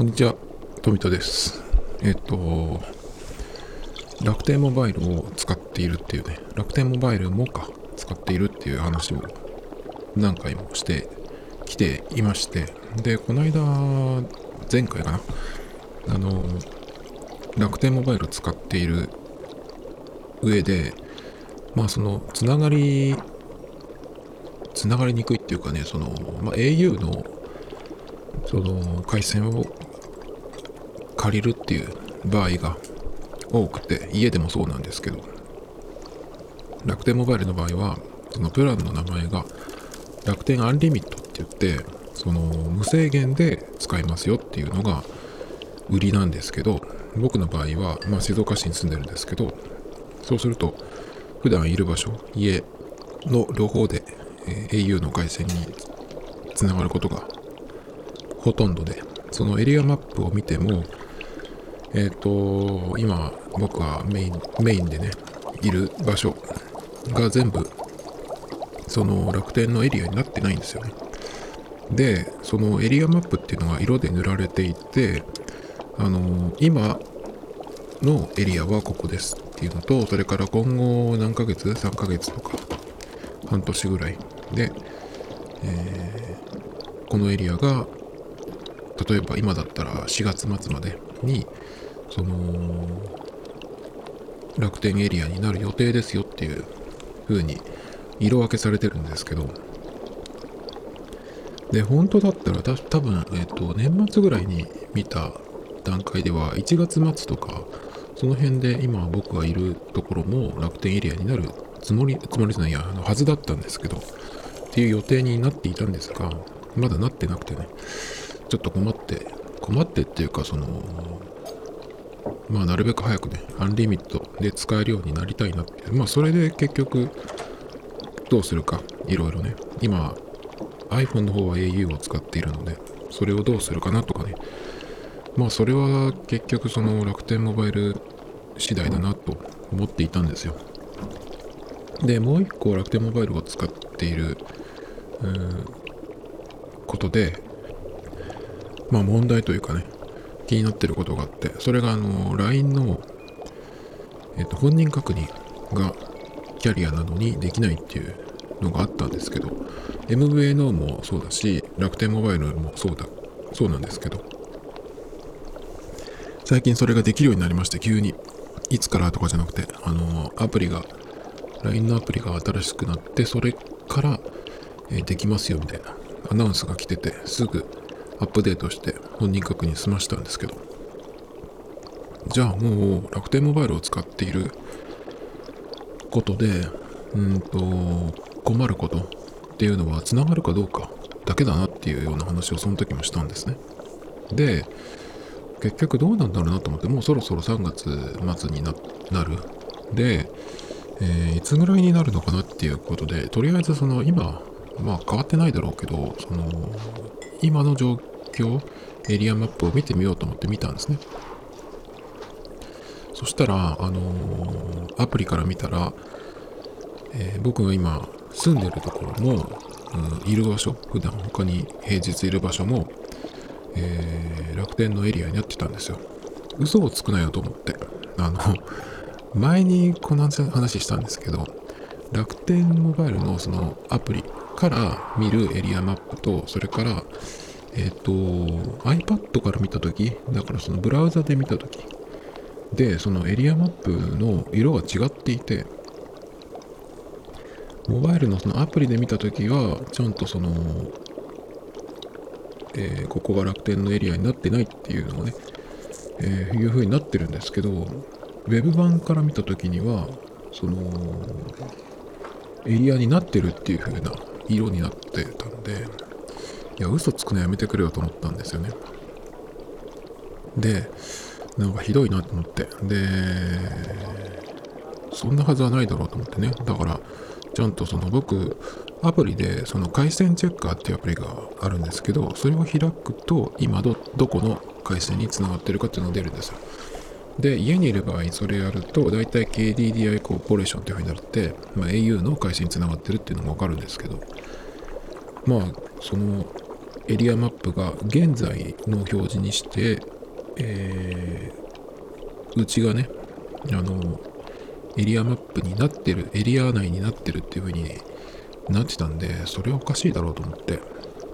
こんにちは、富田です。楽天モバイルを使っているっていうね、楽天モバイルも使っているっていう話を何回もしてきていまして、で、この間、前回かな、あの、楽天モバイルを使っている上で、その、つながりにくいっていうかね、au の、回線を借りるっていう場合が多くて、家でもそうなんですけど、楽天モバイルの場合はそのプランの名前が楽天アンリミットって言って、無制限で使えますよっていうのが売りなんですけど、僕の場合は、静岡市に住んでるんですけど、そうすると普段いる場所、家の両方で、au の回線につながることがほとんどで、そのエリアマップを見ても、今僕はメインでねいる場所が全部その楽天のエリアになってないんですよね。で、そのエリアマップっていうのが色で塗られていて、今のエリアはここですっていうのと、それから今後何ヶ月、3ヶ月とか半年ぐらいで、このエリアが例えば今だったら4月末までにその楽天エリアになる予定ですよっていう風に色分けされてるんですけど、で本当だったら多分、年末ぐらいに見た段階では1月末とかその辺で今僕がいるところも楽天エリアになるつもりじゃないや、はずだったんですけどっていう予定になっていたんですが、まだなってなくてね、ちょっと困ってっていうか、なるべく早くねアンリミットで使えるようになりたいなっていう、それで結局どうするかいろいろね、今 iPhone の方は au を使っているので、それをどうするかなとかね、それは結局その楽天モバイル次第だなと思っていたんですよ。でもう一個楽天モバイルを使っていることで、問題というかね、気になってることがあって、それがLINE の、本人確認がキャリアなのにできないっていうのがあったんですけど、MVNO もそうだし楽天モバイルもそうなんですけど、最近それができるようになりまして、急にいつからとかじゃなくて、アプリが LINE のアプリが新しくなって、それから、できますよみたいなアナウンスが来てて、すぐアップデートして本人確認済ましたんですけど、じゃあもう楽天モバイルを使っていることで困ることっていうのはつながるかどうかだけだなっていうような話をその時もしたんですね。で、結局どうなんだろうなと思って、もうそろそろ3月末になるで、いつぐらいになるのかなっていうことで、とりあえず今変わってないだろうけど、今の状況エリアマップを見てみようと思って見たんですね。そしたらアプリから見たら、僕が今住んでるところも、いる場所、普段他に平日いる場所も、楽天のエリアになってたんですよ。嘘をつくなよと思って、前にこの話したんですけど、楽天モバイルのそのアプリから見るエリアマップと、それからiPad から見たとき、だからそのブラウザで見たときで、そのエリアマップの色が違っていて、モバイルのそのアプリで見たときはちゃんとここが楽天のエリアになってないっていうのがね、いう風になってるんですけど、ウェブ版から見たときにはエリアになってるっていう風な色になってたんで、いや嘘つくのやめてくれよと思ったんですよね。で、なんかひどいなと思って、でそんなはずはないだろうと思ってね。だからちゃんと僕アプリでその回線チェッカーっていうアプリがあるんですけど、それを開くと今どこの回線につながってるかっていうのが出るんですよ。で、家にいる場合それやると大体 KDDI コーポレーションっていう風になって、au の回線につながってるっていうのが分かるんですけど、そのエリアマップが現在の表示にして、うちがね、エリアマップになってる、エリア内になってるっていう風になってたんで、それはおかしいだろうと思って、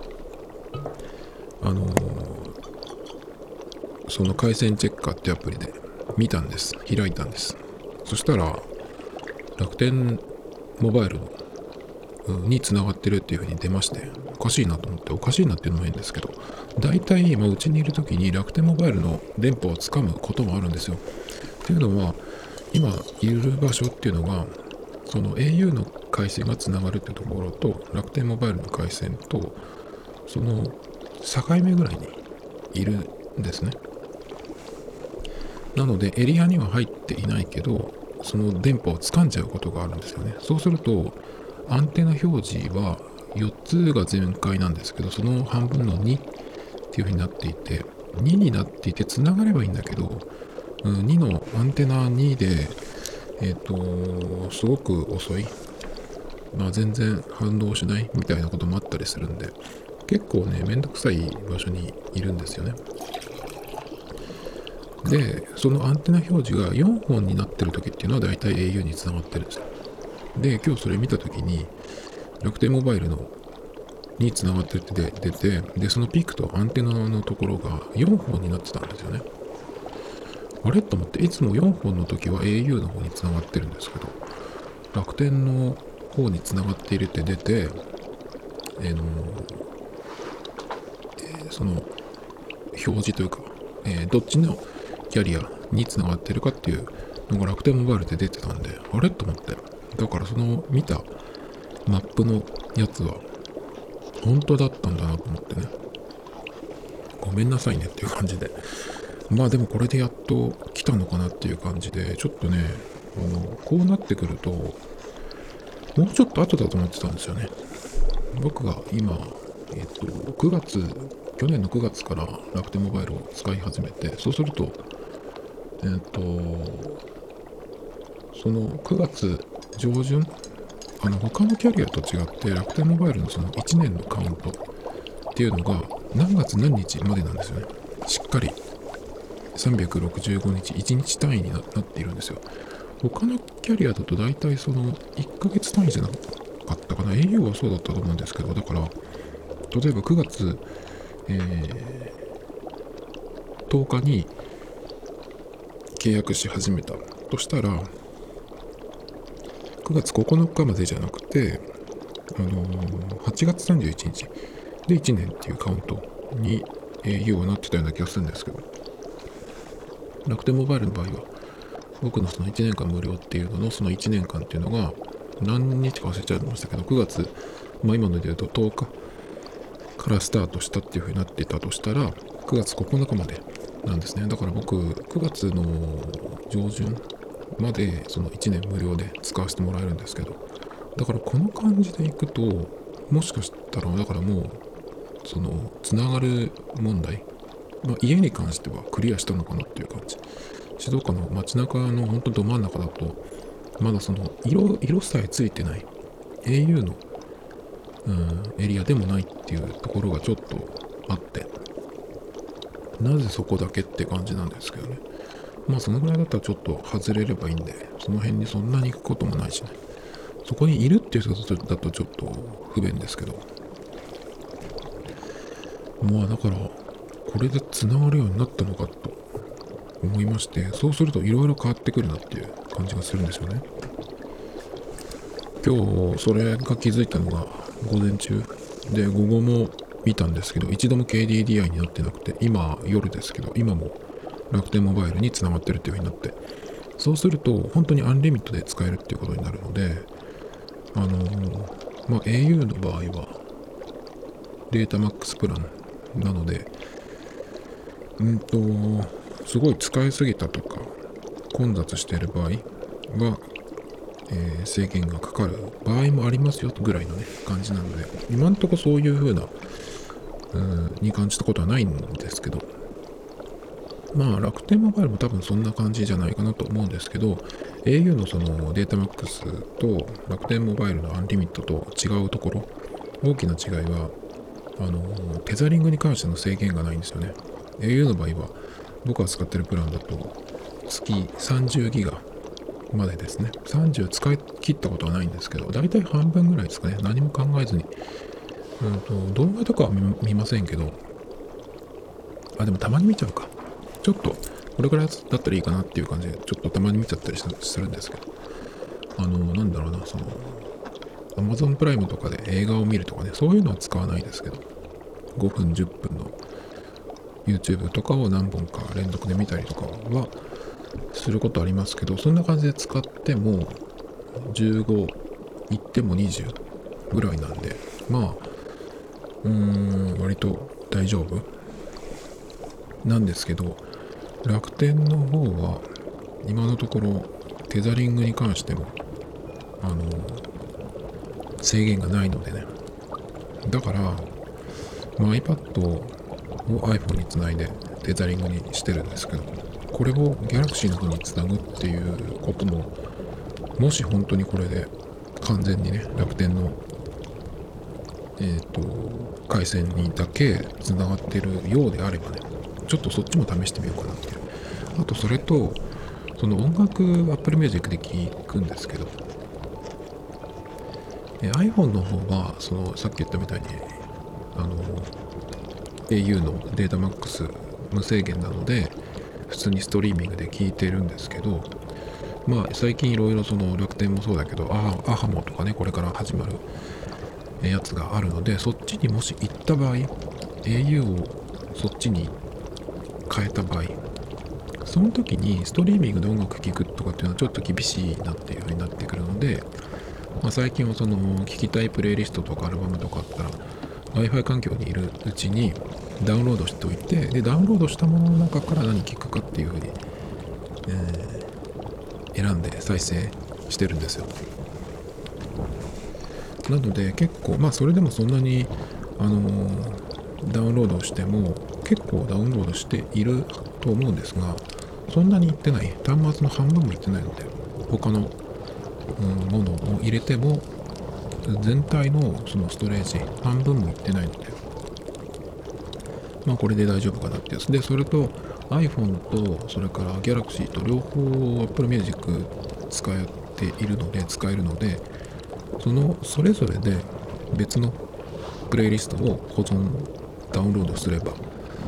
その回線チェッカーってアプリで見たんです。開いたんです。そしたら、楽天モバイルに繋がってるっていう風に出まして、おかしいなと思って、おかしいなっていうのも変ですけど、大体、うちにいる時に楽天モバイルの電波をつかむこともあるんですよ。っていうのは、今いる場所っていうのが、その au の回線がつながるってところと、楽天モバイルの回線と、その境目ぐらいにいるんですね。なので、エリアには入っていないけど、その電波を掴んじゃうことがあるんですよね。そうすると、アンテナ表示は4つが全開なんですけど、その半分の2っていう風になっていて、2になっていて繋がればいいんだけど、2のアンテナ2で、すごく遅い。全然反応しないみたいなこともあったりするんで、結構ね、めんどくさい場所にいるんですよね。で、そのアンテナ表示が4本になってる時っていうのは大体 au に繋がってるんですよ。で、今日それ見た時に、楽天モバイルのに繋がってて出て、で、そのピークとアンテナのところが4本になってたんですよね。あれと思って、いつも4本の時は au の方に繋がってるんですけど、楽天の方に繋がっているって出て、その表示というか、どっちのキャリアに繋がってるかっていうのが楽天モバイルで出てたんで、あれと思って。だからその見たマップのやつは本当だったんだなと思ってね。ごめんなさいねっていう感じで。でもこれでやっと来たのかなっていう感じで、ちょっとね、こうなってくると、もうちょっと後だと思ってたんですよね。僕が今、9月、去年の9月から楽天モバイルを使い始めて、そうすると、その9月上旬、他のキャリアと違って楽天モバイルのその1年のカウントっていうのが何月何日までなんですよね。しっかり365日、1日単位になっているんですよ。他のキャリアだと大体その1ヶ月単位じゃなかったかな。au はそうだったと思うんですけど、だから、例えば9月、10日に契約し始めたとしたら、9月9日までじゃなくて、8月31日で1年っていうカウントに au はなってたような気がするんですけど、楽天モバイルの場合は、僕のその1年間無料っていうののその1年間っていうのが何日か忘れちゃいましたけど、9月、今ので言うと10日からスタートしたっていう風になってたとしたら、9月9日までなんですね。だから僕、9月の上旬までその1年無料で使わせてもらえるんですけど、だからこの感じでいくと、もしかしたら、だからもう、その、つながる問題、家に関してはクリアしたのかなっていう感じ。静岡の街中の本当ど真ん中だと、まだその色さえついてない au の、エリアでもないっていうところがちょっとあって、なぜそこだけって感じなんですけどね。そのぐらいだったらちょっと外れればいいんで、その辺にそんなに行くこともないしね。そこにいるっていう人だとちょっと不便ですけど。だから、これで繋がるようになったのかと思いまして、そうするといろいろ変わってくるなっていう感じがするんですよね。今日、それが気づいたのが午前中で、午後も見たんですけど、一度も KDDI になってなくて、今夜ですけど、今も楽天モバイルに繋がってるっていう風になって、そうすると本当にアンリミットで使えるっていうことになるので、au の場合はデータマックスプランなので、すごい使いすぎたとか混雑している場合は、制限がかかる場合もありますよぐらいのね感じなので、今んとこそういう風なに感じたことはないんですけど、楽天モバイルも多分そんな感じじゃないかなと思うんですけど、 au のそのデータマックスと楽天モバイルのアンリミットと違うところ、大きな違いはテザリングに関しての制限がないんですよね。 au の場合は僕が使ってるプランだと月30ギガまでですね。30使い切ったことはないんですけど、だいたい半分ぐらいですかね。何も考えずに、動画とかは見ませんけど、でもたまに見ちゃうか。ちょっとこれぐらいだったらいいかなっていう感じでちょっとたまに見ちゃったりするんですけど、なんだろうな、Amazon プライムとかで映画を見るとかね、そういうのは使わないですけど、5分10分の YouTube とかを何本か連続で見たりとかはすることありますけど、そんな感じで使っても15いっても20ぐらいなんで、割と大丈夫なんですけど、楽天の方は今のところテザリングに関しても制限がないのでね。だから、iPad を iPhone につないでテザリングにしてるんですけど、これを Galaxy の方につなぐっていうことも、もし本当にこれで完全にね、楽天の回線にだけつながってるようであればね、ちょっとそっちも試してみようかなっていう。あとそれと、その音楽 Apple Music で聴くんですけど、iPhone の方はさっき言ったみたいにau のデータマックス無制限なので普通にストリーミングで聴いてるんですけど、最近いろいろ楽天もそうだけどアハモとかね、これから始まるやつがあるので、そっちにもし行った場合 au をそっちに変えた場合、その時にストリーミングで音楽聴くとかっていうのはちょっと厳しいなっていう風になってくるので、最近は聴きたいプレイリストとかアルバムとかあったら Wi-Fi 環境にいるうちにダウンロードしておいて、でダウンロードしたものの中から何聴くかっていう風に、選んで再生してるんですよ。なので結構それでもそんなにダウンロードしても結構ダウンロードしていると思うんですが、そんなにいってない、端末の半分もいってないので、他のものを入れても全体のそのストレージ半分もいってないので、これで大丈夫かなっていう。でそれと iPhone とそれから Galaxy と両方 Apple Music 使えるので、それぞれで別のプレイリストをダウンロードすれば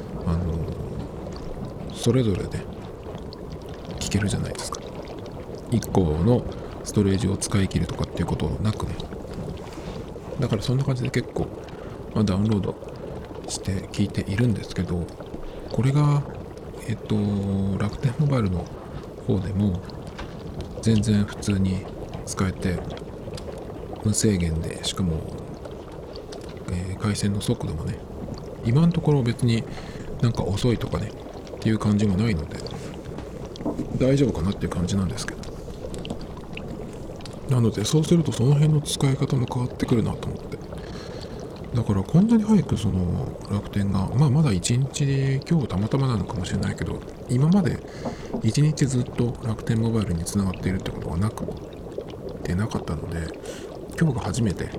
それぞれで聴けるじゃないですか。1個のストレージを使い切るとかっていうことなくね。だからそんな感じで結構、ダウンロードして聞いているんですけど、これが楽天モバイルの方でも全然普通に使えて無制限で、しかも、回線の速度もね、今のところ別になんか遅いとかねっていう感じもないので大丈夫かなっていう感じなんですけど、なのでそうするとその辺の使い方も変わってくるなと思って、だからこんなに早く楽天がまだ1日で今日たまたまなのかもしれないけど、今まで1日ずっと楽天モバイルにつながっているってことがなかったので、今日が初めて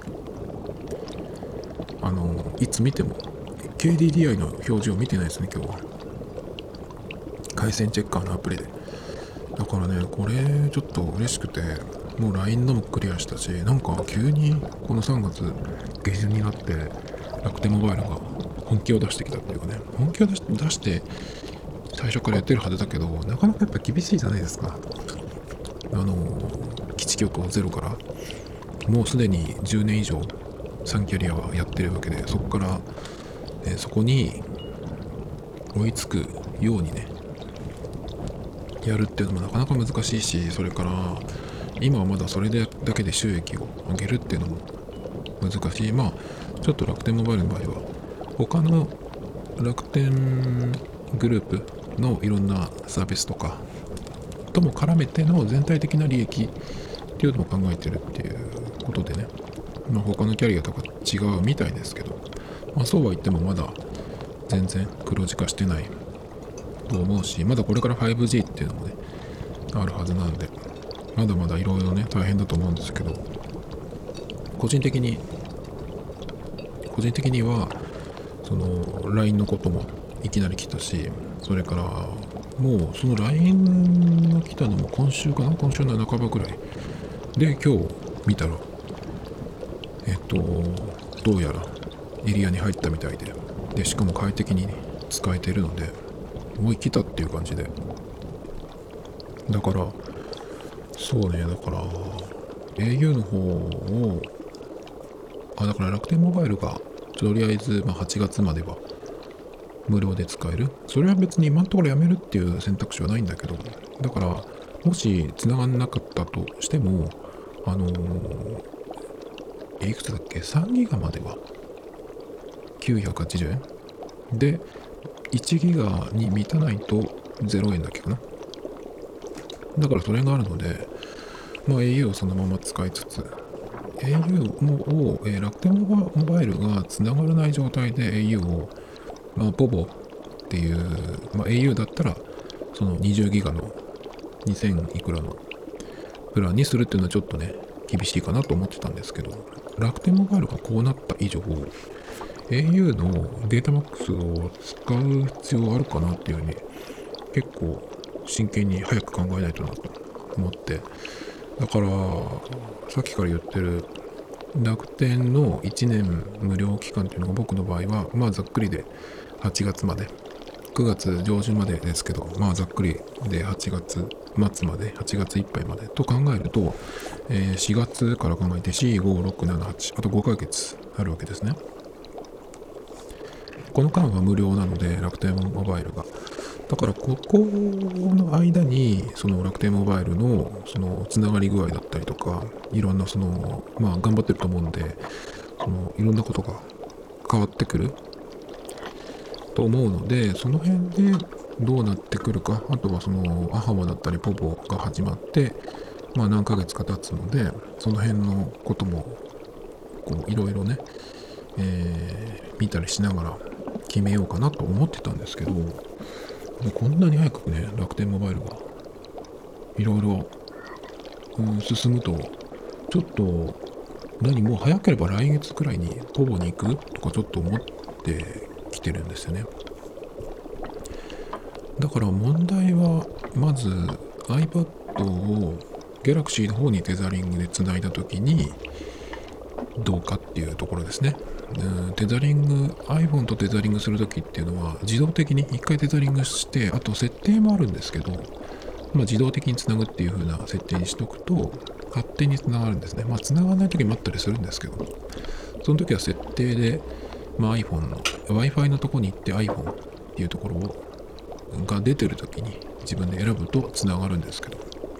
いつ見ても KDDI の表示を見てないですね今日は。回線チェッカーのアプリで。だからね、これちょっと嬉しくて、もう LINE のもクリアしたし、なんか急にこの3月下旬になって楽天モバイルが本気を出してきたっていうかね、本気を出して最初からやってるはずだけど、なかなかやっぱ厳しいじゃないですか。基地局をゼロからもうすでに10年以上3キャリアはやってるわけで、そこから、そこに追いつくようにねやるっていうのもなかなか難しいし、それから今はまだそれだけで収益を上げるっていうのも難しい。ちょっと楽天モバイルの場合は他の楽天グループのいろんなサービスとかとも絡めての全体的な利益っていうのを考えてるっていうことでね、他のキャリアとか違うみたいですけど、そうは言ってもまだ全然黒字化してないと思うし、まだこれから 5G っていうのもねあるはずなんで、まだまだいろいろね大変だと思うんですけど、個人的にはその LINE のこともいきなり来たし、それからもうその LINE が来たのも今週の半ばくらいで、今日見たらどうやらエリアに入ったみたいで、しかも快適に使えているので、もう来たっていう感じで、だからそうね、だから au の方をだから楽天モバイルがとりあえず8月までは無料で使える。それは別に今のところやめるっていう選択肢はないんだけど、だからもし繋がんなかったとしても、いくつだっけ、3ギガまでは980円で、1ギガに満たないと0円だっけかな。だからそれがあるので、au をそのまま使いつつ、au も楽天モバイルが繋がらない状態で au を、ポボっていう、au だったらその20ギガの2000いくらのプランにするっていうのはちょっとね厳しいかなと思ってたんですけど、楽天モバイルがこうなった以上 au のデータマックスを使う必要あるかなっていうふうに結構真剣に早く考えないとなと思って、だからさっきから言ってる楽天の1年無料期間っていうのが僕の場合はざっくりで8月まで、9月上旬までですけど、ざっくりで8月末まで、8月いっぱいまでと考えると、4月から考えて4、5、6、7、8、あと5ヶ月あるわけですね。この間は無料なので、楽天モバイルが。だからここの間にその楽天モバイルのそのつながり具合だったりとか、いろんなその頑張ってると思うんで、そのいろんなことが変わってくると思うので、その辺でどうなってくるか、あとはそのアハモだったりポポが始まって何ヶ月か経つので、その辺のこともこういろいろね、見たりしながら決めようかなと思ってたんですけど、こんなに早くね楽天モバイルがいろいろ進むと、ちょっともう早ければ来月くらいにポボに行くとかちょっと思ってきてるんですよね。だから問題はまず iPad を Galaxy の方にテザリングでつないだ時にどうかっていうところですね。テザリング iPhone とテザリングする時っていうのは自動的に一回テザリングして、あと設定もあるんですけど、自動的につなぐっていう風な設定にしとくと勝手につながるんですね。つながらない時もあったりするんですけど、その時は設定で、iPhone の Wi-Fi のとこに行って iPhone っていうところが出てる時に自分で選ぶとつながるんですけど、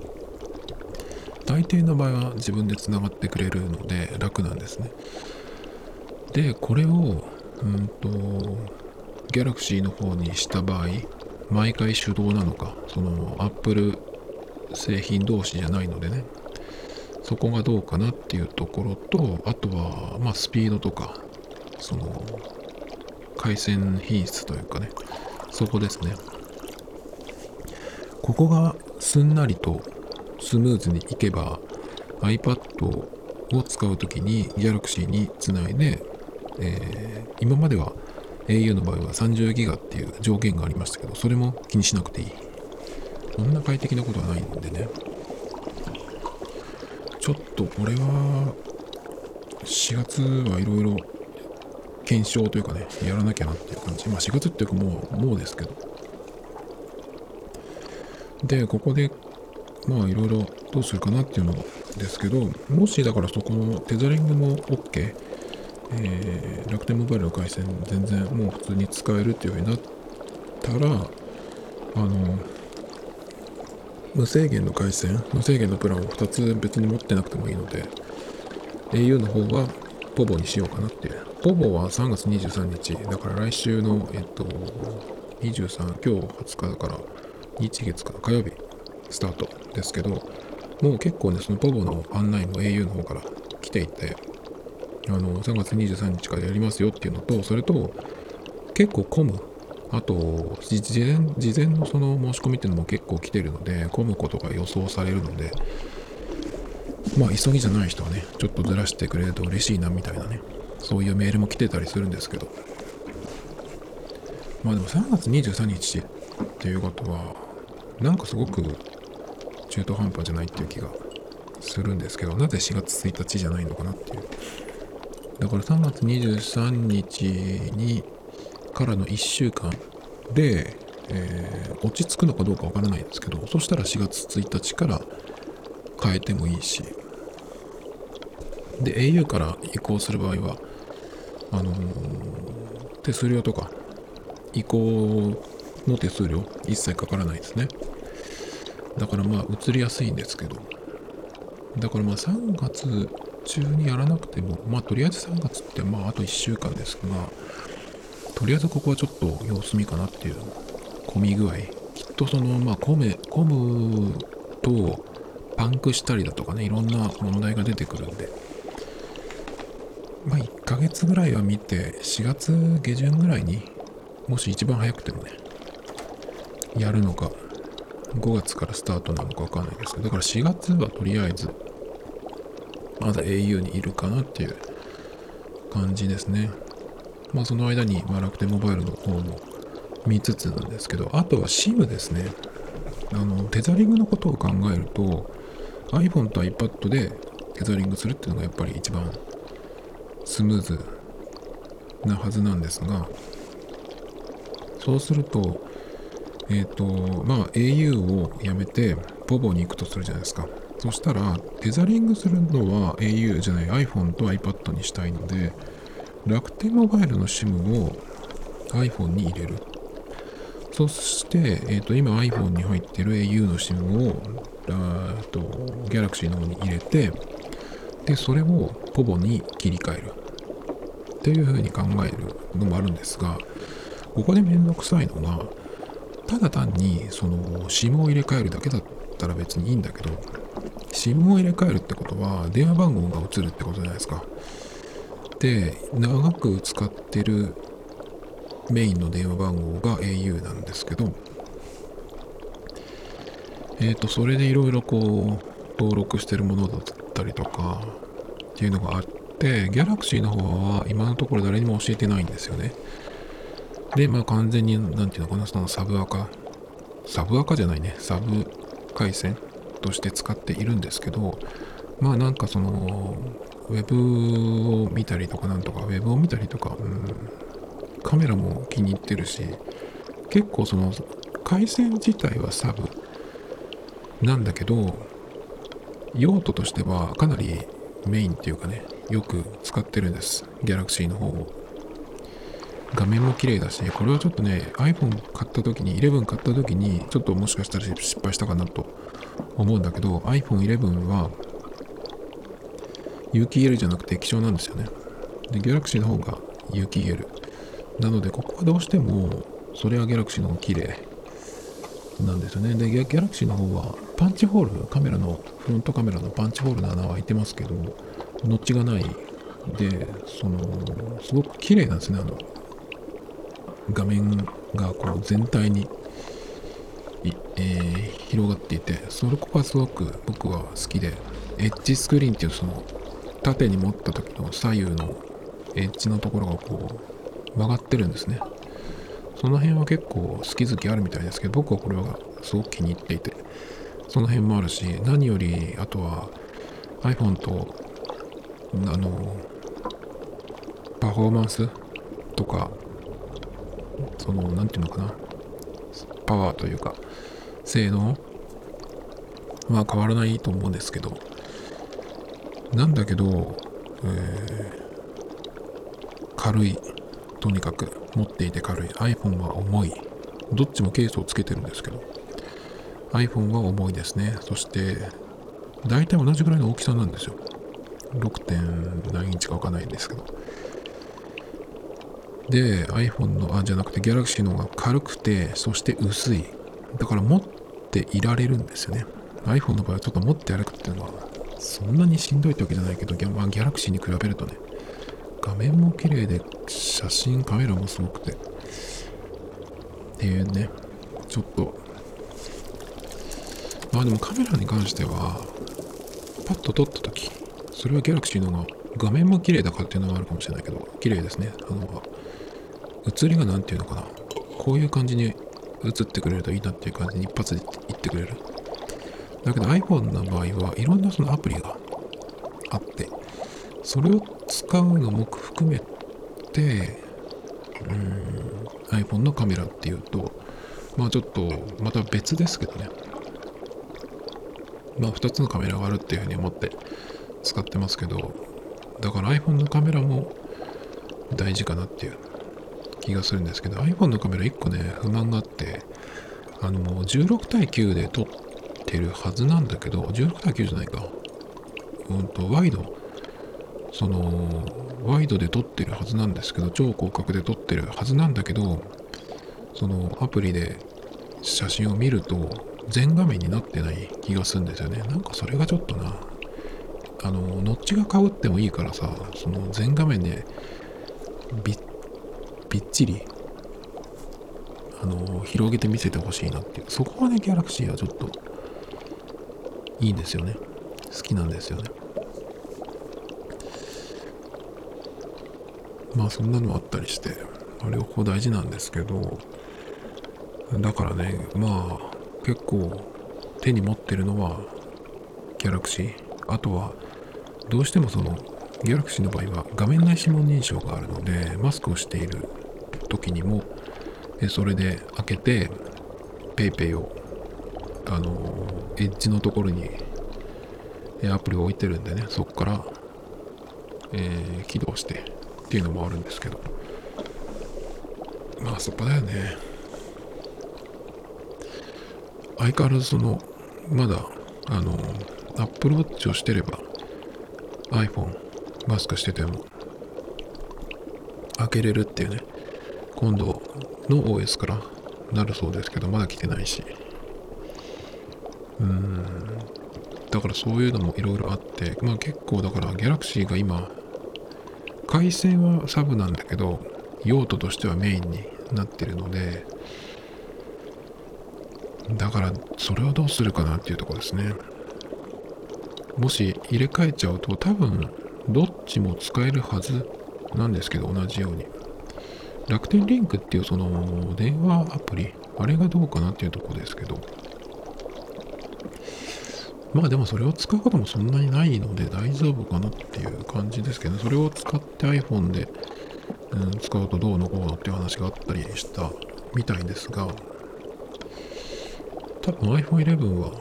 大抵の場合は自分でつながってくれるので楽なんですね。でこれをGalaxy の方にした場合、毎回手動なのか、その Apple 製品同士じゃないのでね、そこがどうかなっていうところと、あとはスピードとか、その回線品質というかね、そこですね。ここがすんなりとスムーズにいけば iPad を使うときに Galaxy につないで、今までは au の場合は30ギガっていう上限がありましたけど、それも気にしなくていい。そんな快適なことはないんでね、ちょっとこれは4月はいろいろ検証というかね、やらなきゃなっていう感じ。4月っていうかもうですけど。で、ここでいろいろどうするかなっていうのですけど、もしだからそこのテザリングも OK、楽天モバイルの回線全然もう普通に使えるっていう風になったら、無制限の回線、無制限のプランを2つ別に持ってなくてもいいので、au の方はポボにしようかなっていう。ポボは3月23日、だから来週の、23、今日20日だから、日月か火曜日スタートですけど、もう結構ね、そのポボの案内も au の方から来ていて、3月23日からやりますよっていうのと、それと、結構混む。あと、事前のその申し込みっていうのも結構来てるので、混むことが予想されるので、急ぎじゃない人はね、ちょっとずらしてくれると嬉しいなみたいなね、そういうメールも来てたりするんですけど、 まあでも3月23日っていうことは、なんかすごく中途半端じゃないっていう気がするんですけど、なぜ4月1日じゃないのかなっていう。だから3月23日にからの1週間で、落ち着くのかどうかわからないんですけど、そしたら4月1日から変えてもいいし、で au から移行する場合は手数料とか移行の手数料一切かからないですね。だからまあ移りやすいんですけど、だからまあ3月中にやらなくても、まあとりあえず3月ってまああと1週間ですが、とりあえずここはちょっと様子見かなっていう混み具合、きっとそのまあ混むとパンクしたりだとかね、いろんな問題が出てくるんで、まあ1ヶ月ぐらいは見て、4月下旬ぐらいにもし一番早くてもねやるのか、5月からスタートなのか分かんないですけど、だから4月はとりあえずまだ au にいるかなっていう感じですね。まあその間に、楽天モバイルの方も見つつなんですけど、あとは SIM ですね。テザリングのことを考えると iPhone と iPad でテザリングするっていうのがやっぱり一番スムーズなはずなんですが、そうするとau をやめてポボに行くとするじゃないですか。そしたらテザリングするのは au じゃない iPhone と iPad にしたいので、楽天モバイルの SIM を iPhone に入れる。そして、今 iPhone に入っている au の SIM をGalaxy の方に入れて、でそれをポボに切り替えるっていう風に考えるのもあるんですが、ここでめんどくさいのが、ただ単にその SIM を入れ替えるだけだったら別にいいんだけど、 SIM を入れ替えるってことは電話番号が移るってことじゃないですか。で長く使ってるメインの電話番号が au なんですけど、それでいろいろこう登録してるものだったりとかっていうのがあって、Galaxy の方は今のところ誰にも教えてないんですよね。で完全になんていうのかな、そのサブアカじゃないね、サブ回線として使っているんですけど、なんかそのウェブを見たりとかカメラも気に入ってるし、結構その回線自体はサブなんだけど、用途としてはかなりメインっていうかね、よく使ってるんです、ギャラクシーの方を。画面も綺麗だし、これはちょっとね iPhone 買った時に11買った時にちょっともしかしたら失敗したかなと思うんだけど、 iPhone11 は有機 EL じゃなくて液晶なんですよね。で Galaxy の方が有機 ELなので、ここはどうしてもそれは Galaxy の方が綺麗なんですよね。でギャラクシーの方はパンチホール、フロントカメラのパンチホールの穴は開いてますけどノッチがないで、すごく綺麗なんですね。画面がこう全体に、広がっていて、そこがすごく僕は好きで、エッジスクリーンっていうその縦に持った時の左右のエッジのところがこう曲がってるんですね。その辺は結構好き好きあるみたいですけど、僕はこれはすごく気に入っていて、その辺もあるし、何よりあとは iPhone とパフォーマンスとか、なんていうのかな、パワーというか性能は変わらないと思うんですけど、なんだけど、軽い、とにかく持っていて軽い。 iPhone は重い。どっちもケースをつけてるんですけど iPhone は重いですね。そして大体同じぐらいの大きさなんですよ。 6. 何インチかわかんないんですけど、で iPhone のじゃなくて Galaxy の方が軽くて、そして薄い。だから持っていられるんですよね。 iPhone の場合はちょっと持って歩くっていうのはそんなにしんどいってわけじゃないけど、Galaxy に比べるとね、画面も綺麗でカメラもすごくてっていうね、ちょっとでもカメラに関してはパッと撮った時、それは Galaxy の方が画面も綺麗だからっていうのはあるかもしれないけど綺麗ですね。写りがなんていうのかな、 こういう感じに映ってくれるといいなっていう感じに一発で言ってくれる。だけど iPhone の場合はいろんなそのアプリがあって、それを使うのも含めて、iPhone のカメラっていうと、まあちょっとまた別ですけどね。まあ2つのカメラがあるっていうふうに思って使ってますけど、だから iPhone のカメラも大事かなっていう気がするんですけど、 iPhone のカメラ1個ね不満があって、16対9で撮ってるはずなんだけど、16対9じゃないか、ワイド、ワイドで撮ってるはずなんですけど、超広角で撮ってるはずなんだけど、そのアプリで写真を見ると全画面になってない気がするんですよね。なんかそれがちょっとな、ノッチが被ってもいいからさ、その全画面でびっちり広げて見せてほしいなっていう、そこはねギャラクシーはちょっといいんですよね。好きなんですよね。まあそんなのあったりして、両方大事なんですけど、だからね、まあ結構手に持ってるのはギャラクシー。あとはどうしてもそのギャラクシーの場合は画面内指紋認証があるので、マスクをしている時にもそれで開けてペイペイをエッジのところにアプリを置いてるんでね、そこから、起動してっていうのもあるんですけど、まあそこだよね。相変わらずまだApple Watch をしてれば iPhone マスクしてても開けれるっていうね、今度の OS からなるそうですけど、まだ来てないし、だからそういうのもいろいろあって、まあ結構だからギャラクシーが今回線はサブなんだけど用途としてはメインになってるので、だからそれをどうするかなっていうところですね。もし入れ替えちゃうと多分どっちも使えるはずなんですけど、同じように楽天リンクっていうその電話アプリ、あれがどうかなっていうところですけど、まあでもそれを使うこともそんなにないので大丈夫かなっていう感じですけどね。それを使って iPhone で、使うとどうのこうのっていう話があったりしたみたいですが、多分 iPhone 11は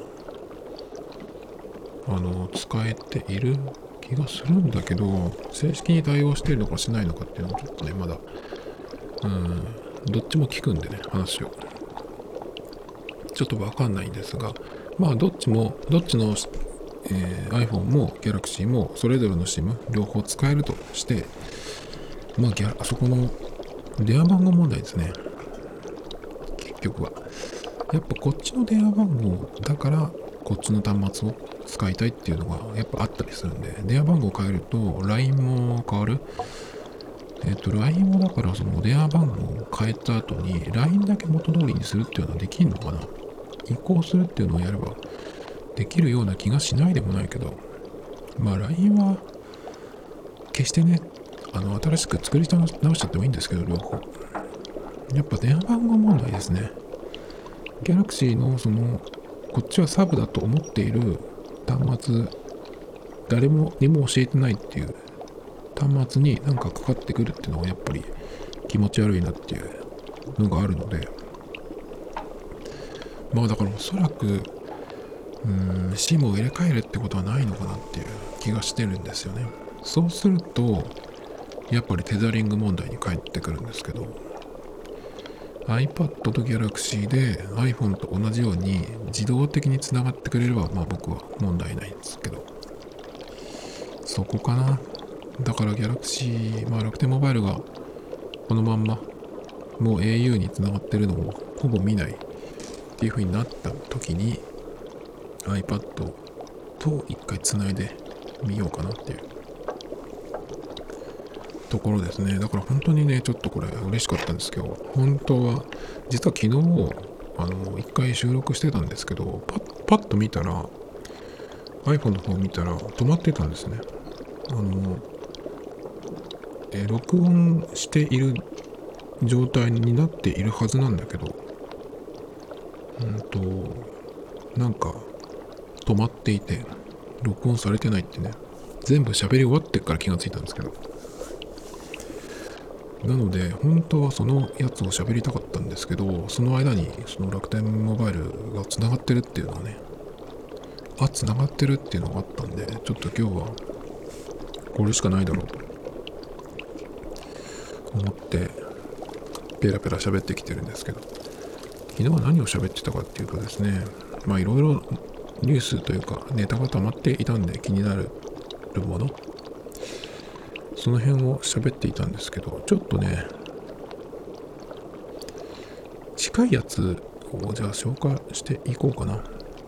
使えている気がするんだけど、正式に対応しているのかしないのかっていうのはちょっとねまだどっちも聞くんでね、話をちょっとわかんないんですが、まあどっちの、iPhone も Galaxy もそれぞれの SIM 両方使えるとして、まあそこの電話番号問題ですね。結局はやっぱこっちの電話番号だからこっちの端末を使いたいっていうのがやっぱあったりするんで、電話番号を変えると LINE も変わる。LINE もだからその電話番号を変えた後に LINE だけ元通りにするっていうのはできるのかな。移行するっていうのをやればできるような気がしないでもないけど、まあ LINE は決してね、新しく作り直しちゃってもいいんですけど、両方やっぱ電話番号問題ですね。ギャラクシーのこっちはサブだと思っている端末、誰もにも教えてないっていう端末になんかかかってくるっていうのがやっぱり気持ち悪いなっていうのがあるので、まあだからおそらくSIM を入れ替えるってことはないのかなっていう気がしてるんですよね。そうするとやっぱりテザリング問題に返ってくるんですけど、 iPad と Galaxy で iPhone と同じように自動的につながってくれればまあ僕は問題ないんですけど、そこかな。だから Galaxy、まあ楽天モバイルがこのまんまもう au につながってるのをほぼ見ないっていう風になった時に iPad と一回つないでみようかなっていうところですね。だから本当にねちょっとこれ嬉しかったんですけど、本当は実は昨日一回収録してたんですけど、パッと見たら iPhone の方を見たら止まってたんですね。録音している状態になっているはずなんだけど、なんか止まっていて録音されてないってね、全部喋り終わってから気がついたんですけど、なので本当はそのやつを喋りたかったんですけど、その間にその楽天モバイルがつながってるっていうのはね、つながってるっていうのがあったんで、ちょっと今日はこれしかないだろうと思ってペラペラ喋ってきてるんですけど、昨日は何を喋ってたかっていうとですね、いろいろニュースというかネタが溜まっていたんで気になるもの、その辺を喋っていたんですけど、ちょっとね近いやつをじゃあ紹介していこうかな。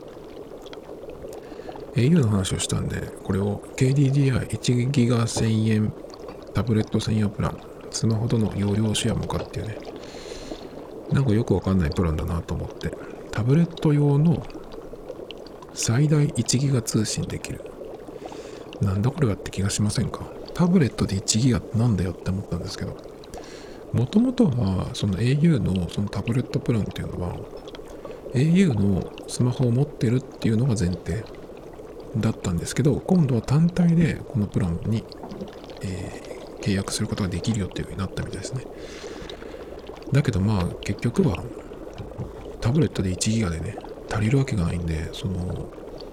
au の話をしたんで、これを KDDI1 ギガ1000円タブレット専用プラン、スマホとの容量シェアもかっていうね、なんかよくわかんないプランだなと思って、タブレット用の最大1ギガ通信できる、なんだこれはって気がしませんか？タブレットで1ギガってなんだよって思ったんですけど、もともとはその au のそのタブレットプランっていうのは au のスマホを持ってるっていうのが前提だったんですけど、今度は単体でこのプランに、契約することができるよっていう風になったみたいですね。だけど結局はタブレットで1ギガでね足りるわけがないんで、その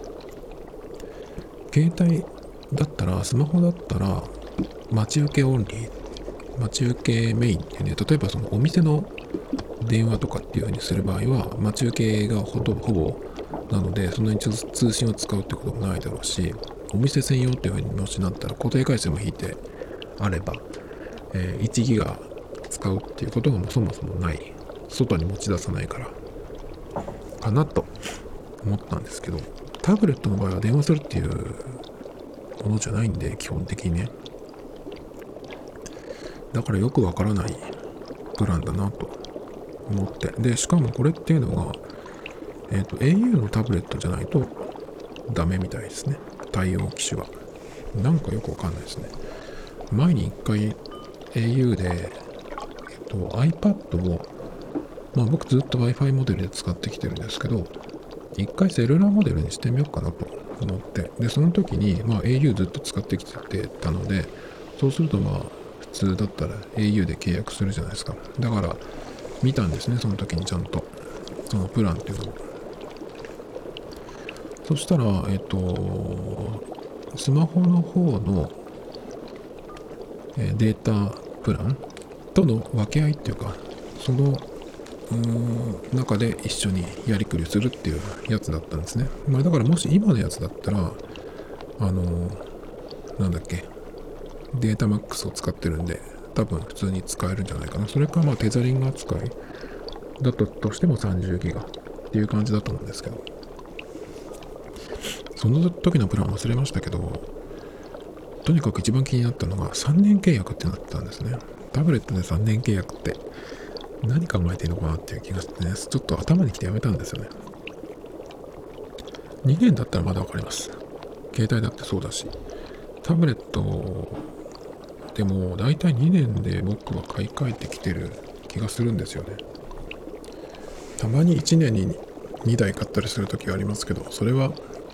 携帯だったら、スマホだったら待ち受けオンリー、待ち受けメインってね、例えばそのお店の電話とかっていう風にする場合は待ち受けがほぼなので、そんなに通信を使うってこともないだろうし、お店専用っていう風にもしなったら固定回線も引いてあれば、1ギガ使うっていうことがそもそもない、外に持ち出さないからかなと思ったんですけど、タブレットの場合は電話するっていうものじゃないんで、基本的にね、だからよくわからないプランだなと思って、でしかもこれっていうのがau のタブレットじゃないとダメみたいですね、対応機種は。なんかよくわかんないですね。前に一回 au で、iPad を、僕ずっと Wi-Fi モデルで使ってきてるんですけど、一回セルラーモデルにしてみようかなと思って、でその時にau ずっと使ってきてたので、そうすると普通だったら au で契約するじゃないですか。だから見たんですね、その時にちゃんとそのプランっていうのを。そしたらスマホの方のデータプランとの分け合いっていうか、その中で一緒にやりくりするっていうやつだったんですね。だからもし今のやつだったらなんだっけ、データマックスを使ってるんで多分普通に使えるんじゃないかな。それかテザリング扱いだったとしても30ギガっていう感じだと思うんですけど、その時のプラン忘れましたけど、とにかく一番気になったのが3年契約ってなってたんですね。タブレットで3年契約って何考えているのかなっていう気がしてね、ちょっと頭にきてやめたんですよね。2年だったらまだわかります。携帯だってそうだし、タブレットでもだいたい2年で僕は買い替えてきてる気がするんですよね。たまに1年に2台買ったりする時がありますけど、それは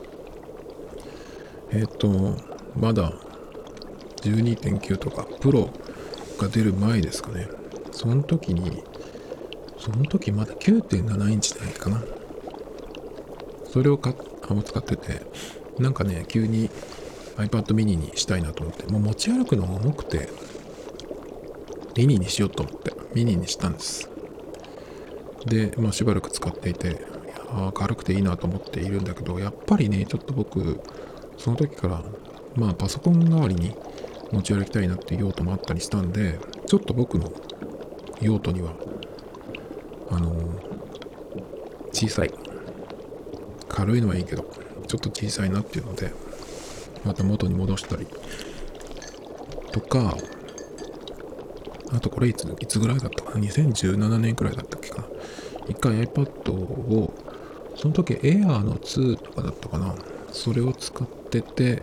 まだ 12.9 とかプロが出る前ですかね。その時まだ 9.7 インチじゃないかな。それを使ってて、なんかね、急に iPad mini にしたいなと思って、もう持ち歩くのが重くて、ミニにしようと思って、ミニにしたんです。で、しばらく使っていて、軽くていいなと思っているんだけど、やっぱりね、ちょっと僕、その時から、パソコン代わりに持ち歩きたいなっていう用途もあったりしたんで、ちょっと僕の用途には、小さい。軽いのはいいけど、ちょっと小さいなっていうので、また元に戻したりとか、あとこれいつぐらいだったかな、2017年くらいだったっけかな。一回 iPad を、その時 Air の2とかだったかな。それを使ってて、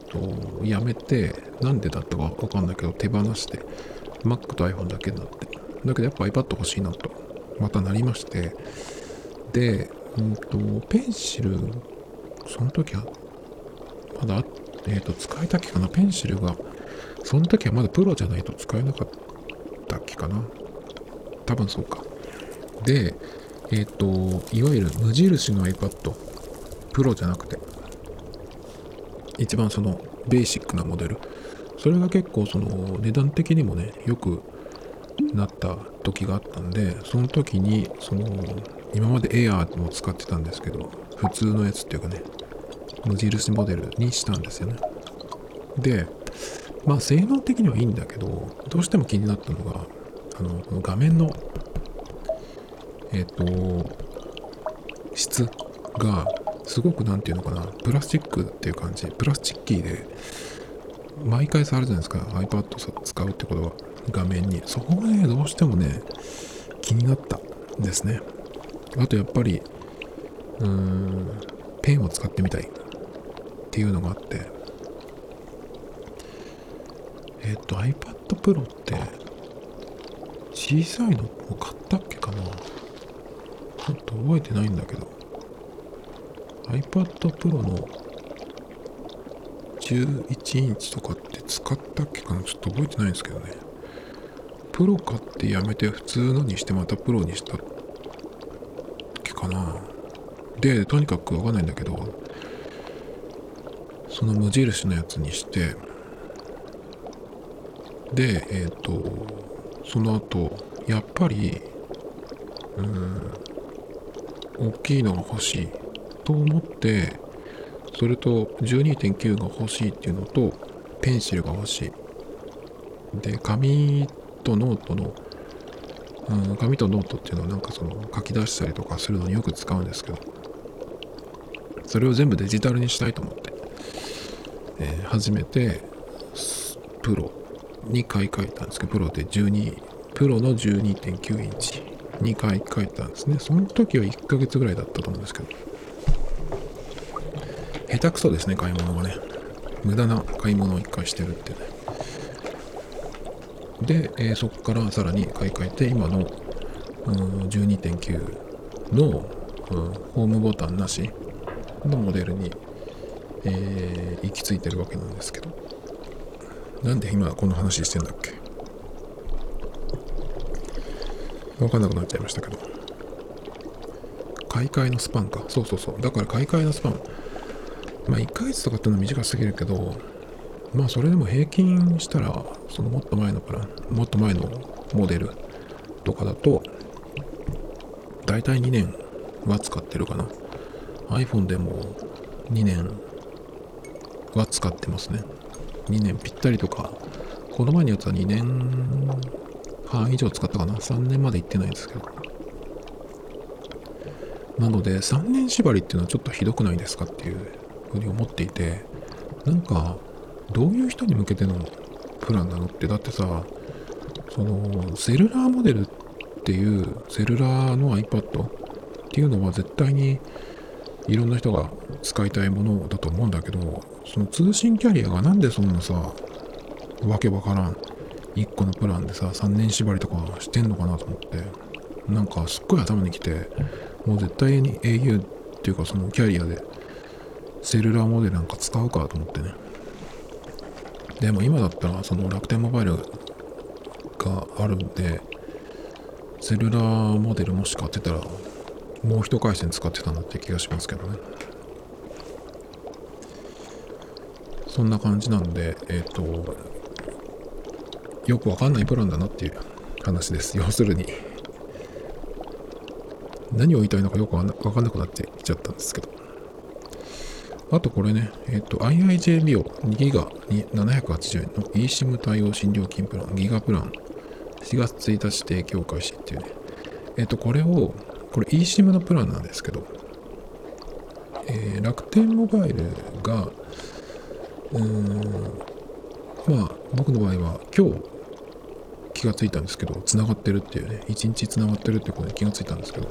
やめて、なんでだったかわかんないけど手放して、Mac と iPhone だけになって。 だけどやっぱ iPad 欲しいなとまたなりまして、で、ペンシル、その時はまだ使えたっけかな。ペンシルがその時はまだプロじゃないと使えなかったっけかな。多分そうか。で、いわゆる無印の iPad プロじゃなくて、一番そのベーシックなモデル、それが結構その値段的にもねよくなった時があったんで、その時にその今まで Air も使ってたんですけど、普通のやつっていうかね、無印モデルにしたんですよね。で、まあ性能的にはいいんだけど、どうしても気になったのがこの画面の質がすごくなんていうのかな、プラスチックっていう感じ、プラスチッキーで毎回触るじゃないですか、 iPad 使うってことは画面に。そこがねどうしてもね気になったんですね。あとやっぱりペンを使ってみたいっていうのがあって、iPad Pro って小さいのを買ったっけかな、ちょっと覚えてないんだけど、 iPad Pro の11インチとかって使ったっけかな、ちょっと覚えてないんですけどね。プロ買ってやめて普通のにしてまたプロにしたっけかな。で、とにかくわかんないんだけど、その無印のやつにして、で、その後、やっぱり、大きいのが欲しいと思って、それと 12.9 が欲しいっていうのと、ペンシルが欲しい。で、紙とノートの、紙とノートっていうのはなんかその書き出したりとかするのによく使うんですけど、それを全部デジタルにしたいと思って、初めてプロに買い替えたんですけど、プロでプロの 12.9 インチに買い替えたんですね。その時は1ヶ月ぐらいだったと思うんですけど、下手くそですね、買い物がね。無駄な買い物を一回してるってね。で、そこからさらに買い替えて、今の、12.9 の、ホームボタンなしのモデルに、行き着いてるわけなんですけど、なんで今この話してんだっけ、分かんなくなっちゃいましたけど、買い替えのスパンか、そうそうそう、だから買い替えのスパン、まあ1ヶ月とかってのは短すぎるけど、まあそれでも平均したら、そのもっと前のモデルとかだとだいたい2年は使ってるかな。 iPhone でも2年は使ってますね。2年ぴったりとか、この前のやつは2年半以上使ったかな。3年まで行ってないんですけど、なので3年縛りっていうのはちょっとひどくないですかっていうふうに思っていて、なんかどういう人に向けてのプランなのって。だってさ、そのセルラーモデルっていうセルラーの iPad っていうのは絶対にいろんな人が使いたいものだと思うんだけど、その通信キャリアがなんでそんなさ、わけわからん1個のプランでさ3年縛りとかしてんのかなと思って、なんかすっごい頭にきて、もう絶対に au っていうかそのキャリアでセルラーモデルなんか使うかと思ってね。でも今だったらその楽天モバイルがあるんで、セルラーモデルもし買ってたらもう一回線使ってたなって気がしますけどね。そんな感じなんで、よくわかんないプランだなっていう話です。要するに何を言いたいのかよくわかんなくなってきちゃったんですけど、あとこれね、IIJ ビオ2ギガに780円の eSIM 対応新料金プラン、ギガプラン、4月1日提供開始っていうね。これ eSIM のプランなんですけど、楽天モバイルが、まあ僕の場合は今日気がついたんですけど、つながってるっていうね、1日つながってるっていうことに気がついたんですけど、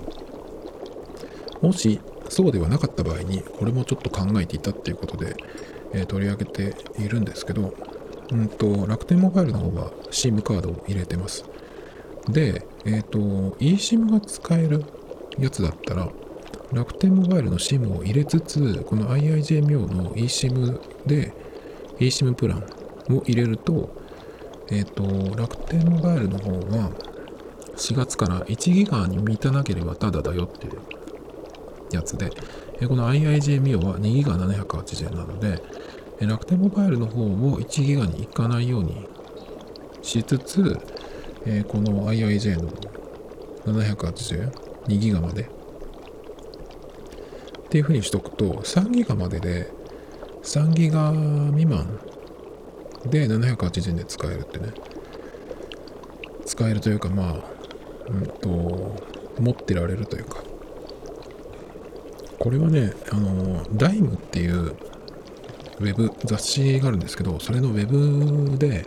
もしそうではなかった場合にこれもちょっと考えていたっていうことで、取り上げているんですけど、楽天モバイルの方は SIM カードを入れてます。 で、eSIM が使えるやつだったら、楽天モバイルの SIM を入れつつ、この IIJ の eSIM で eSIM プランを入れると、楽天モバイルの方は4月から1ギガに満たなければタダだよっていうやつで、この IIJ ミオは2ギガ780円なので、楽天モバイルの方を1ギガに行かないようにしつつ、この IIJ の780円、2ギガまでっていう風にしとくと、3ギガまでで、3ギガ未満で780円で使えるってね。使えるというか、持ってられるというか。これはね、ダイムっていうウェブ雑誌があるんですけど、それのウェブで、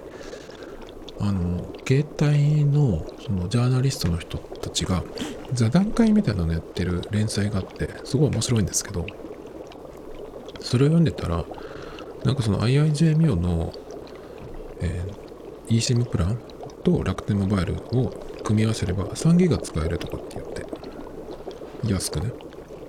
携帯のそのジャーナリストの人たちが座談会みたいなのやってる連載があって、すごい面白いんですけど、それを読んでたら、なんかその IIJ ミオの、eSIM プランと楽天モバイルを組み合わせれば3ギガ使えるとかって言って、安くね。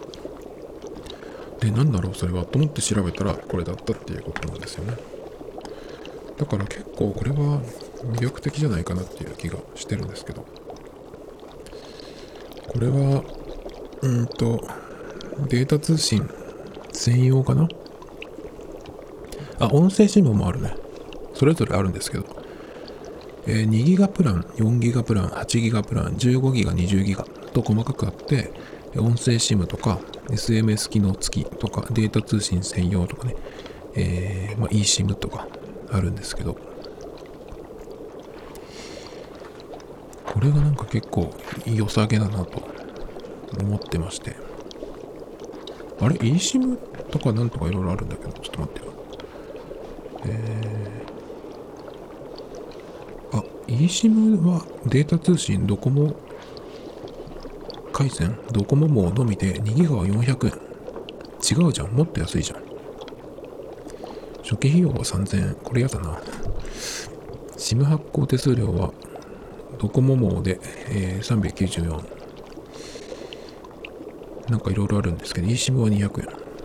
で、なんだろうそれはと思って調べたらこれだったっていうことなんですよね。だから結構これは魅力的じゃないかなっていう気がしてるんですけど、これはデータ通信専用かな。音声 SIM もあるね。それぞれあるんですけど、2ギガプラン、4ギガプラン、8ギガプラン、15ギガ、20ギガと細かくあって、音声 SIM とか SMS 機能付きとかデータ通信専用とかね、eSIM とかあるんですけど、これがなんか結構良さげだなと思ってまして、あれ eSIM とかなんとかいろいろあるんだけど、ちょっと待ってよ。eSIM はデータ通信ドコモ回線ドコモ網のみで2ギガは400円。違うじゃん。もっと安いじゃん。初期費用は3000円。これやだな。SIM 発行手数料はドコモ網で、394。なんかいろいろあるんですけど、eSIM は200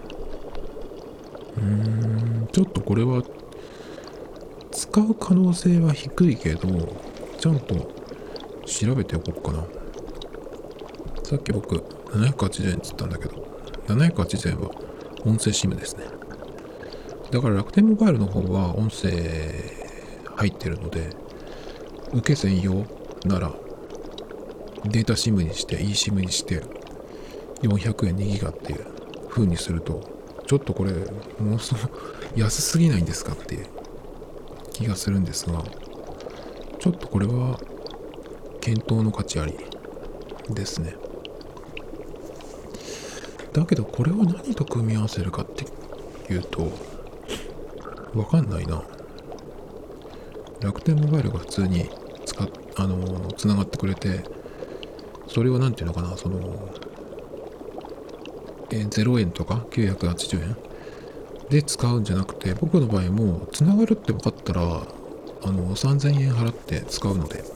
円。ちょっとこれは使う可能性は低いけど、ちゃんと調べておこうかな。さっき僕780円って言ったんだけど、780円は音声 SIM ですね。だから楽天モバイルの方は音声入ってるので、受け専用ならデータ SIM にして eSIM にして400円2ギガっていう風にすると、ちょっとこれものすごく安すぎないんですかっていう気がするんですが、ちょっとこれは検討の価値ありですね。だけどこれを何と組み合わせるかっていうとわかんないな。楽天モバイルが普通につながってくれて、それをなんていうのかな、0円とか980円で使うんじゃなくて、僕の場合もつながるって分かったら3000円払って使うので、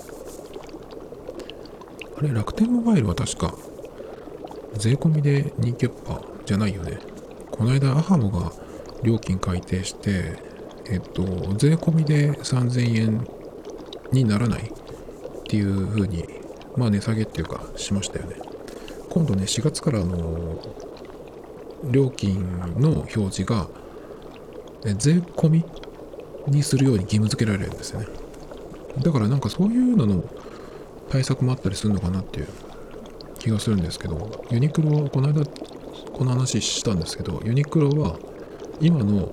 あれ楽天モバイルは確か税込みで2キュッパじゃないよね。この間アハモが料金改定して、税込みで3000円にならないっていう風に、値下げっていうかしましたよね。今度ね、4月から料金の表示が税込みにするように義務付けられるんですよね。だからなんかそういうのの対策もあったりするのかなっていう気がするんですけど、ユニクロはこの間この話したんですけど、ユニクロは今の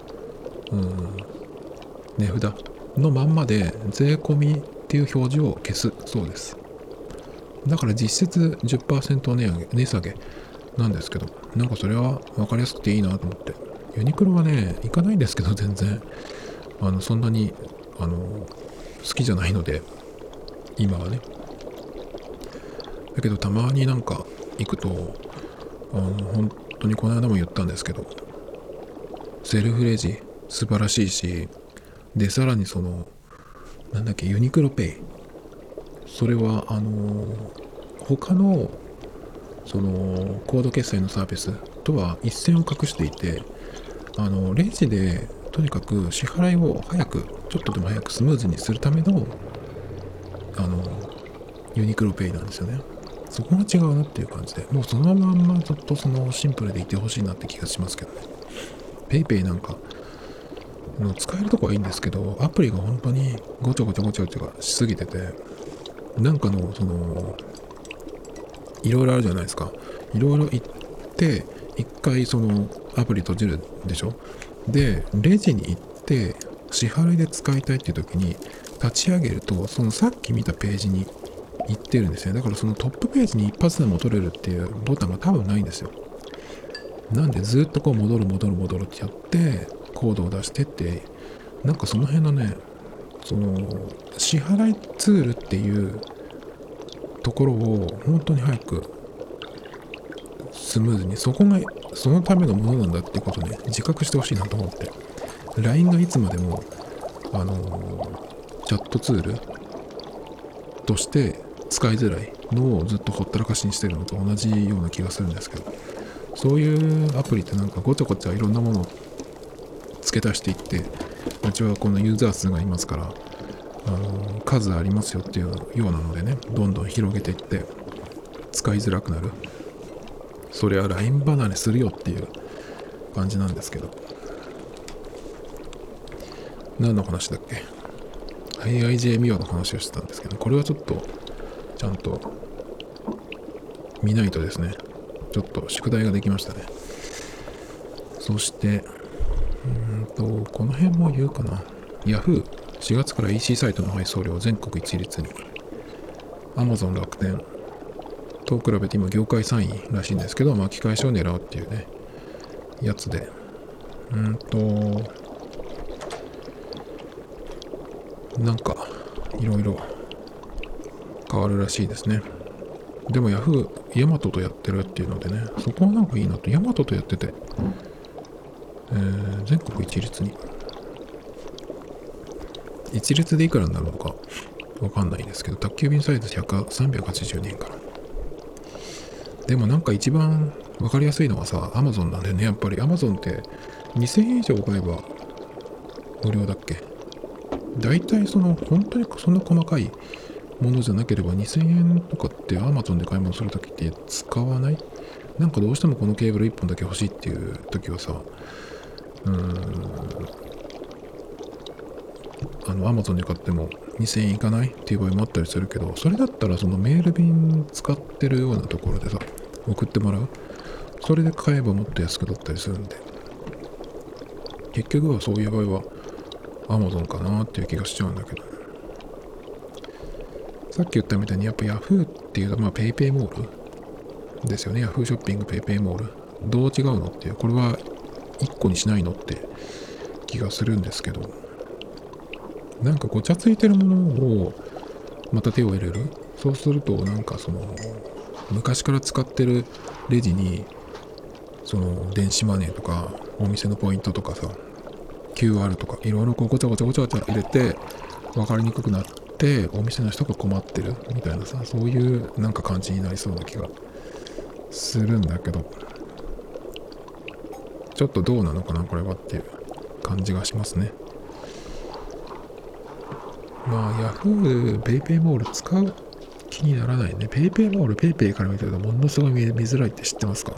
値札のまんまで税込みっていう表示を消すそうです。だから実質 10% 値下げなんですけど、なんかそれは分かりやすくていいなと思って。ユニクロはね、行かないんですけど、全然そんなに好きじゃないので、今はね。だけどたまになんか行くと、本当にこの間も言ったんですけど、セルフレジ素晴らしいし、でさらにユニクロペイ、 それは他のそのコード決済のサービスとは一線を画していて、レジでとにかく支払いをちょっとでも早くスムーズにするためのユニクロペイなんですよね。そこが違うなっていう感じで、もうそのまんまずっとそのシンプルでいてほしいなって気がしますけどね。ペイペイなんか使えるとこはいいんですけど、アプリが本当にごちゃごちゃしすぎてて、なんかいろいろあるじゃないですか。いろいろ言って一回そのアプリ閉じるでしょ。でレジに行って支払いで使いたいっていう時に立ち上げると、そのさっき見たページに行ってるんですね。だからそのトップページに一発で戻れるっていうボタンが多分ないんですよ。なんでずっとこう戻るってやってコードを出してって、なんかその辺のね、その支払いツールっていうところを本当に早くスムーズに、そこがそのためのものなんだってことをね、自覚してほしいなと思って、 LINE がいつまでもチャットツールとして使いづらいのをずっとほったらかしにしてるのと同じような気がするんですけど、そういうアプリってなんかごちゃごちゃいろんなものを付け足していって、うちはこのユーザー数がいますから、数ありますよっていうようなのでね、どんどん広げていって使いづらくなる。それは LINE 離れするよっていう感じなんですけど、何の話だっけ。 AIJ ミオの話をしてたんですけど、これはちょっとちゃんと見ないとですね、ちょっと宿題ができましたね。そしてこの辺も言うかな。 Yahoo4 月から EC サイトの配送料全国一律に。 Amazon 楽天と比べて今業界3位らしいんですけど、巻き返しを狙うっていうねやつで、なんかいろいろ変わるらしいですね。でも Yahoo ヤマトとやってるっていうのでね、そこはなんかいいなと。ヤマトとやってて、全国一律に、一律でいくらになるのかわかんないですけど、宅急便サイズ382円から。でもなんか一番わかりやすいのはさ、Amazon なんだよね。やっぱり Amazon って2000円以上買えば無料だっけ。大体本当にそんな細かいものじゃなければ2000円とかって Amazon で買い物するときって使わない？なんかどうしてもこのケーブル1本だけ欲しいっていうときはさ、Amazon で買っても2000円いかないっていう場合もあったりするけど、それだったらそのメール便使ってるようなところでさ、送ってもらう。それで買えばもっと安くだったりするんで、結局はそういう場合は Amazon かなっていう気がしちゃうんだけど、さっき言ったみたいにやっぱ Yahoo っていうとPayPay モールですよね。Yahoo ショッピング PayPay モールどう違うのっていう、これは1個にしないのって気がするんですけど、なんかごちゃついてるものをまた手を入れる。そうするとなんか昔から使ってるレジに電子マネーとかお店のポイントとかさ、 QR とかいろいろごちゃごちゃ入れて分かりにくくなってお店の人が困ってるみたいなさ、そういうなんか感じになりそうな気がするんだけど、ちょっとどうなのかなこれはっていう感じがしますね。Yahoo PayPay モール使う気にならないね。PayPay モール PayPay から見てるとものすごい見づらいって知ってますか？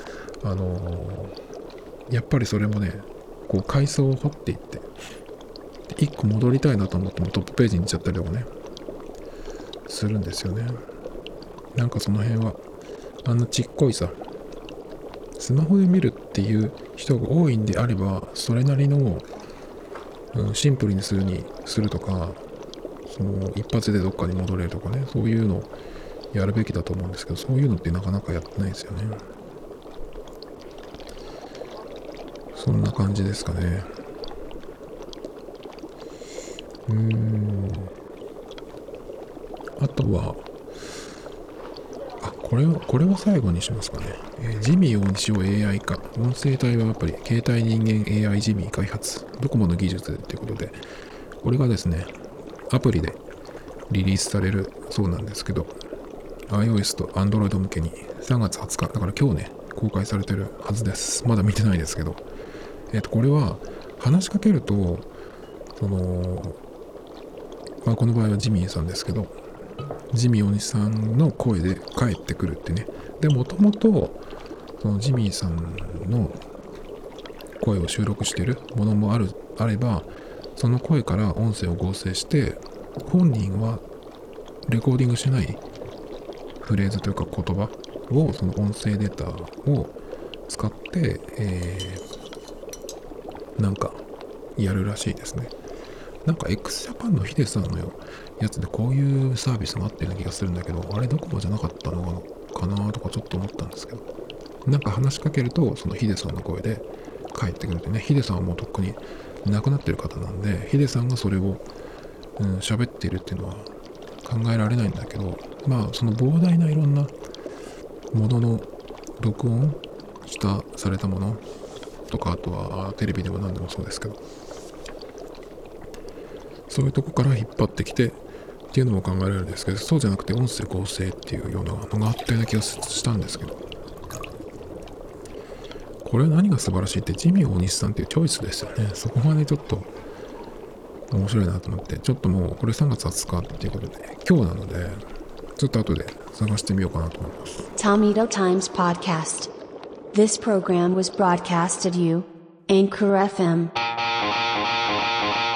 やっぱりそれもね、こう階層を掘っていって一個戻りたいなと思ってもトップページに行っちゃったりとかねするんですよね。なんかその辺はちっこいさ、スマホで見るっていう人が多いんであれば、それなりの、シンプルにするとか、一発でどっかに戻れるとかね、そういうのをやるべきだと思うんですけど、そういうのってなかなかやってないですよね。そんな感じですかね。あとはこれは最後にしますかね。ジミー大西を AI 化、音声対話アプリ、携帯人間 AI ジミー開発、ドコモの技術ということで、これがですね、アプリでリリースされるそうなんですけど、 iOS と Android 向けに3月20日だから今日ね公開されてるはずです。まだ見てないですけど、これは話しかけるとその、この場合はジミーさんですけど、ジミー大西さんの声で返ってくるってね。でもともとそのジミーさんの声を収録してるものもあれば、その声から音声を合成して本人はレコーディングしないフレーズというか言葉をその音声データを使って、なんかやるらしいですね。なんか x ジャパンのヒデさんのやつでこういうサービスがあったような気がするんだけど、あれドコモじゃなかったのかなとかちょっと思ったんですけど、なんか話しかけるとそのヒデさんの声で返ってくるってね。ヒデさんはもうとっくに亡くなってる方なんで、ヒデさんがそれを喋っているっていうのは考えられないんだけど、その膨大ないろんなものの録音されたものとか、あとはテレビでも何でもそうですけど、そういうとこから引っ張ってきてっていうのも考えられるんですけど、そうじゃなくて音声合成っていうようなのがあったような気がしたんですけど、これは何が素晴らしいってジミー大西さんっていうチョイスですよね。そこがねちょっと面白いなと思って、ちょっともうこれ3月20日っていうことで今日なのでちょっと後で探してみようかなと思います。 Tomito Times Podcast. This program was broadcasted you Anchor FM.